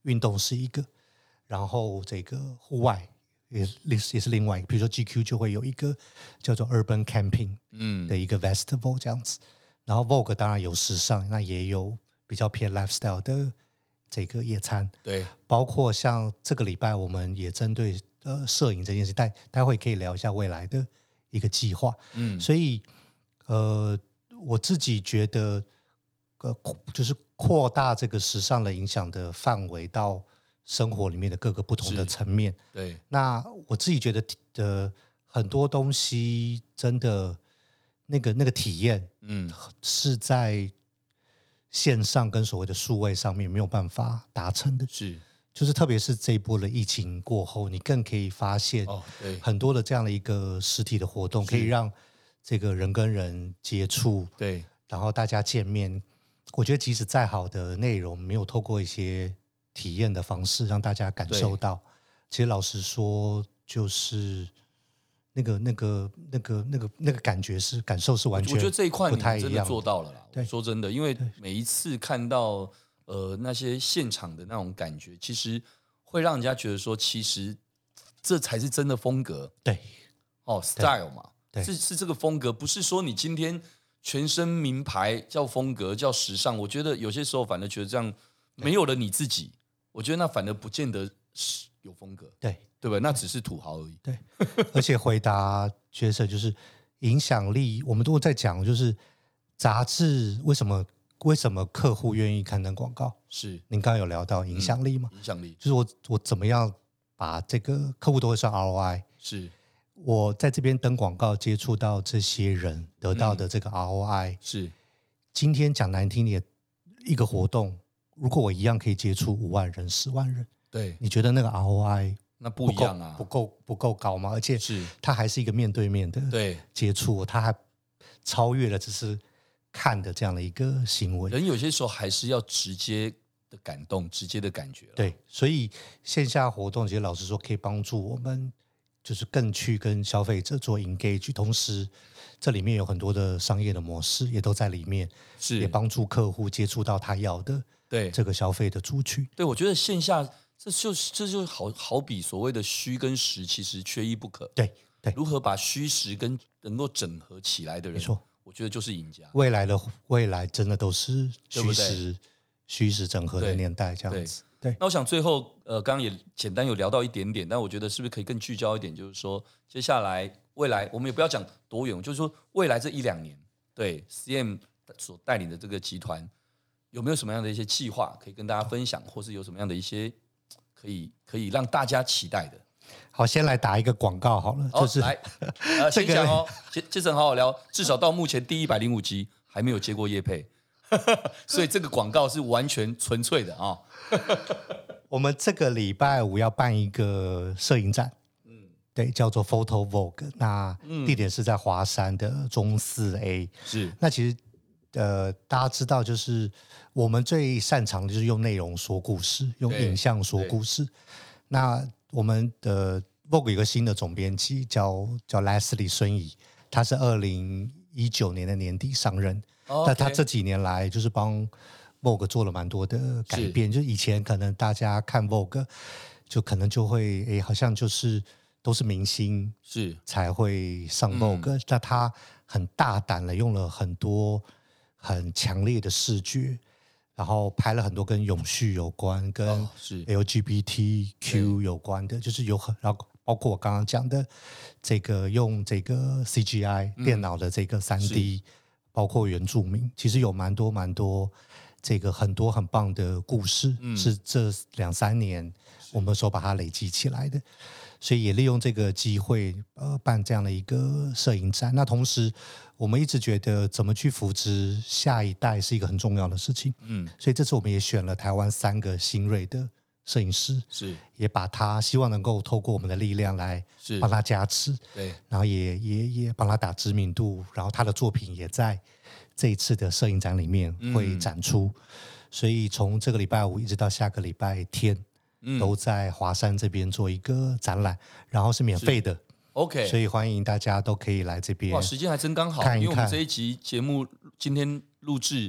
运动是一个，然后这个户外也也是另外一个，比如说 G Q 就会有一个叫做 Urban Camping 的一个 Festival 这样子，然后 Vogue 当然有时尚，那也有比较偏 lifestyle 的这个野餐， 对， 包括像这个礼拜我们也针对呃摄影这件事，待待会可以聊一下未来的一个计划，嗯，所以呃我自己觉得呃就是扩大这个时尚的影响的范围到生活里面的各个不同的层面， 对， 那我自己觉得呃很多东西真的那个那个体验，嗯，是在线上跟所谓的数位上面没有办法达成的， 是， 就是特别是这一波的疫情过后，你更可以发现很多的这样的一个实体的活动，可以让这个人跟人接触， 对， 然后大家见面。我觉得即使再好的内容，没有透过一些体验的方式让大家感受到，其实老实说，就是那个、那个、那个、那个、那个感觉是感受是完全我觉得这一块不你太一样， 真的做到了啦。说真的，因为每一次看到呃那些现场的那种感觉，其实会让人家觉得说，其实这才是真的风格。 对， 哦 ，style 嘛，是是这个风格，不是说你今天全身名牌叫风格叫时尚。我觉得有些时候反而觉得这样没有了你自己，我觉得那反而不见得是有风格。 对。 对吧？那只是土豪而已。 对，而且回答角色就是影响力，我们都在讲，就是杂志为什么为什么客户愿意刊登广告？ 是您刚刚有聊到影响力吗？ 嗯、影响力就是我我怎么样把这个客户都会算 R O I， 是我在这边登广告接触到这些人得到的这个 R O I，、嗯、 是今天讲难听点，一个活动如果我一样可以接触五万人、十万人， 对， 你觉得那个 R O I？ 那不一样啊， 不够不够高吗？而且是它还是一个面对面的接触，它还超越了只是看的这样的一个行为。 人有些时候还是要直接的感动，直接的感觉。 对，所以线下活动其实老实说可以帮助我们，就是更去跟消费者做 engage， 同时这里面有很多的商业的模式也都在里面， 是也帮助客户接触到他要的对这个消费的族群。 对，我觉得线下。这就这就好好比所谓的虚跟实，其实缺一不可。 对对， 如何把虚实跟能够整合起来的人，没错，我觉得就是赢家。 未来的未来真的都是虚实虚实整合的年代，这样子。对， 对那我想最后呃，刚刚也简单有聊到一点点，但我觉得是不是可以更聚焦一点，就是说接下来未来我们也不要讲多远，就是说未来这一两年，对 C M 所带领的这个集团有没有什么样的一些计划可以跟大家分享，或是有什么样的一些。可以可以让大家期待的。 好，先来打一个广告好了， 哦、 就是来，呃，先讲哦，接接着好好聊。至少到目前第一百零五集还没有接过业配，所以这个广告是完全纯粹的啊。 我们这个礼拜五要办一个摄影展，嗯，对，叫做 Photo Vogue， 那地点是在华山的中四 A。 是， 那其实呃，大家知道就是。我们最擅长的就是用内容说故事，用影像说故事。那我们的 Vogue 有个新的总编辑叫叫 Leslie 孙怡，他是二零一九年的年底上任。 Oh, okay. 那他这几年来就是帮 Vogue 做了蛮多的改变。就以前可能大家看 Vogue， 就可能就会诶，好像就是都是明星是才会上 Vogue，、嗯、那他很大胆了，用了很多很强烈的视觉。然后拍了很多跟永续有关、跟 L G B T Q 有关的，哦、就是有很，然后包括我刚刚讲的这个用这个 C G I、嗯、电脑的这个三 D， 包括原住民，其实有蛮多蛮多这个很多很棒的故事，嗯、是这两三年我们所把它累积起来的。所以也利用这个机会，呃，办这样的一个摄影展。那同时，我们一直觉得怎么去扶植下一代是一个很重要的事情。嗯，所以这次我们也选了台湾三个新锐的摄影师， 是也把他希望能够透过我们的力量来帮他加持， 对， 然后也也也帮他打知名度，然后他的作品也在这一次的摄影展里面会展出。嗯、所以从这个礼拜五一直到下个礼拜天。嗯、都在华山这边做一个展览，然后是免费的 ，OK， 所以欢迎大家都可以来这边。 哇，时间还真刚好， 看一看， 因为我们这一集节目今天录制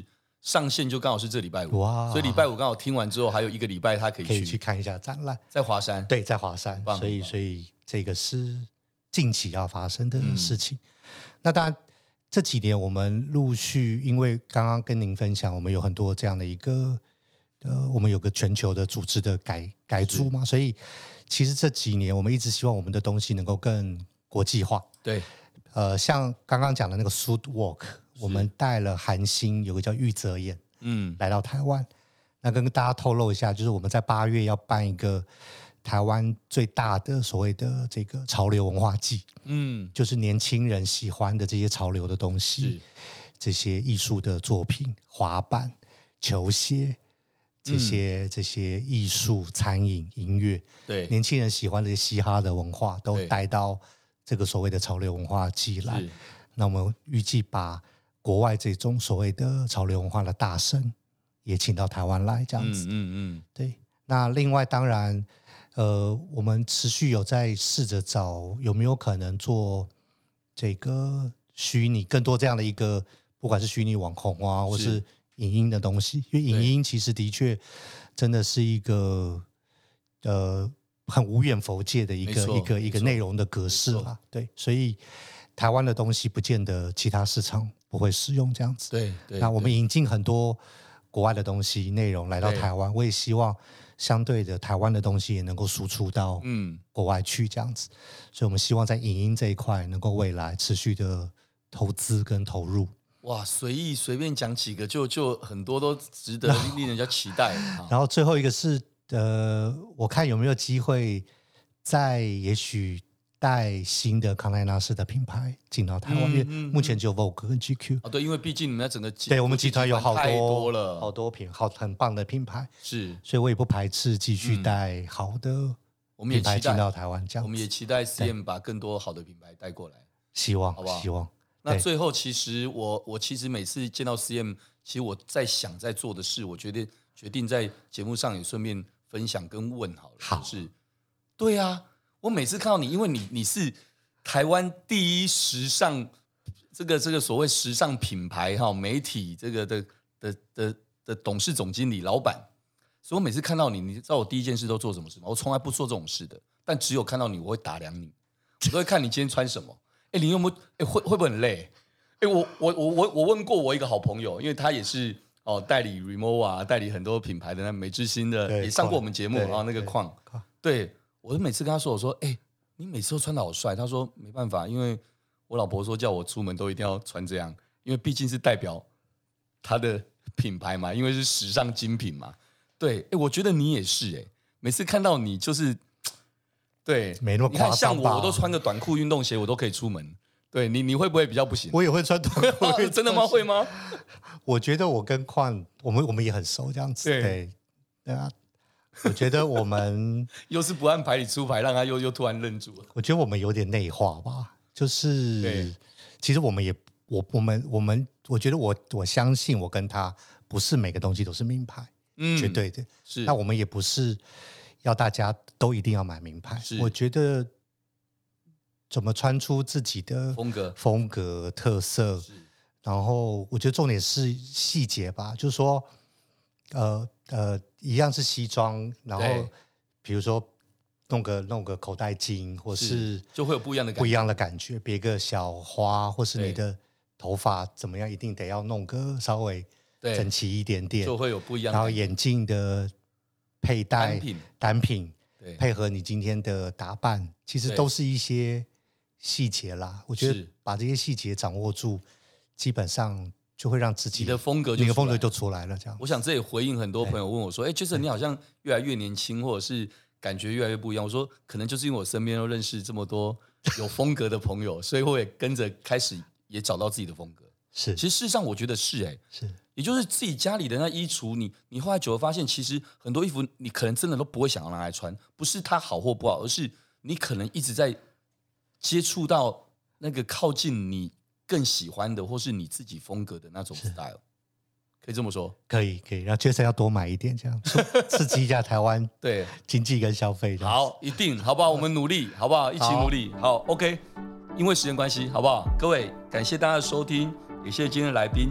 上线就刚好是这礼拜五， 哇！ 所以礼拜五刚好听完之后，还有一个礼拜他可以去可以去看一下展览， 在华山。 对，在华山，所以所以这个是近期要发生的事情。嗯、那当然这几年我们陆续，因为刚刚跟您分享，我们有很多这样的一个呃，我们有个全球的组织的改改组嘛，所以其实这几年我们一直希望我们的东西能够更国际化。 对， 呃，像刚刚讲的那个 Suit Walk， 我们带了韩星有个叫玉泽演，嗯，来到台湾。那跟大家透露一下，就是我们在八月要办一个台湾最大的所谓的这个潮流文化季，嗯，就是年轻人喜欢的这些潮流的东西，这些艺术的作品、滑板、球鞋，这些、嗯、这些艺术、餐饮、音乐，对，年轻人喜欢的这些嘻哈的文化都带到这个所谓的潮流文化季来。那我们预计把国外这种所谓的潮流文化的大神也请到台湾来，这样子。嗯嗯嗯，对。那另外当然，呃，我们持续有在试着找有没有可能做这个虚拟更多这样的一个，不管是虚拟网红啊，或是影音的东西，因为影音其实的确真的是一个呃很无远弗届的一个一个一个内容的格式啦。对，所以台湾的东西不见得其他市场不会使用这样子。对，对，那我们引进很多国外的东西内容来到台湾，我也希望相对的台湾的东西也能够输出到国外去这样子。嗯、所以我们希望在影音这一块能够未来持续的投资跟投入。 哇，随意随便讲几个就就很多都值得令人家期待。 然后最后一个是呃，我看有没有机会在也许带新的康奈纳式的品牌进到台湾，因为目前只有 Vogue 跟 G Q。 哦，对，因为毕竟你们整个对我们集团有好多多了好多品好很棒的品牌， 是， 所以我也不排斥继续带好的品牌进到台湾，这样我们也期待 C M 把更多好的品牌带过来， 希望， 好不好？ 希望。 那最后，其实我我其实每次见到 C M， 其实我在想在做的事，我决定决定在节目上也顺便分享跟问好了。 好， 就是对啊，我每次看到你，因为你你是台湾第一时尚这个这个所谓时尚品牌哈媒体这个的的的的董事总经理老板，所以我每次看到你，你知道我第一件事都做什么事吗？我从来不做这种事的，但只有看到你，我会打量你，我都会看你今天穿什么。哎，你有没有？哎，会会不会很累？哎，我我我我我问过我一个好朋友，因为他也是哦代理 Rimowa， 代理很多品牌的那美之星的，也上过我们节目啊，那个矿。对，我就每次跟他说，我说，哎，你每次都穿得好帅。他说没办法，因为我老婆说叫我出门都一定要穿这样，因为毕竟是代表他的品牌嘛，因为是时尚精品嘛。对，哎，我觉得你也是哎，每次看到你就是。对， 没那么夸张吧？ 你看，像我，我都穿个短裤、运动鞋，我都可以出门。对你，你会不会比较不行？ 我也会穿短裤。 真的吗？会吗？ 我觉得我跟邝，我们我们也很熟，这样子。对，对啊。我觉得我们又是不按牌理出牌，让他又又突然愣住了。 我觉得我们有点内化吧，就是其实我们也，我我们我们，我觉得我我相信我跟他不是每个东西都是名牌，嗯，绝对的。是，那我们也不是。要大家都一定要买名牌，我觉得怎么穿出自己的风格、 风格特色，然后我觉得重点是细节吧，就是说，呃呃，一样是西装，然后比如说弄个弄个口袋巾，或是就会有不一样的感觉不一样的感觉，别个小花，或是你的头发怎么样，一定得要弄个稍微整齐一点点， 就会有不一样的感觉。 然后眼镜的。佩戴单品， 单品配合你今天的打扮，其实都是一些细节啦。我觉得把这些细节掌握住，基本上就会让自己你的风格就你的风格就出来了。这样， 我想这也回应很多朋友问我说：“哎 ，Jason， 你好像越来越年轻，或者是感觉越来越不一样。”我说：“可能就是因为我身边都认识这么多有风格的朋友，所以我也跟着开始也找到自己的风格。” 是， 其实事实上我觉得是哎、欸， 是。 也就是自己家里的那衣橱，你你后来久了发现，其实很多衣服你可能真的都不会想要拿来穿，不是它好或不好，而是你可能一直在接触到那个靠近你更喜欢的，或是你自己风格的那种 style， 可以这么说？ 可以，可以。然后Jason要多买一点，这样刺激一下台湾对经济跟消费。 好，一定，好不好？我们努力，好不好？一起努力。好, 好 ，OK。因为时间关系，好不好？各位，感谢大家的收听，也谢谢今天的来宾。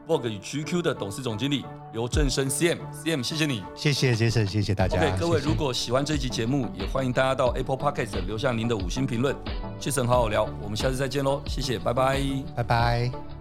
Vogue 与 G Q 的董事总经理刘正生 C M，C M 谢谢你， 谢谢Jason，谢谢大家。 OK， 各位谢谢如果喜欢这一集节目，也欢迎大家到 Apple Podcast 留下您的五星评论。Jason 好好聊，我们下次再见喽，谢谢，拜拜。 拜拜。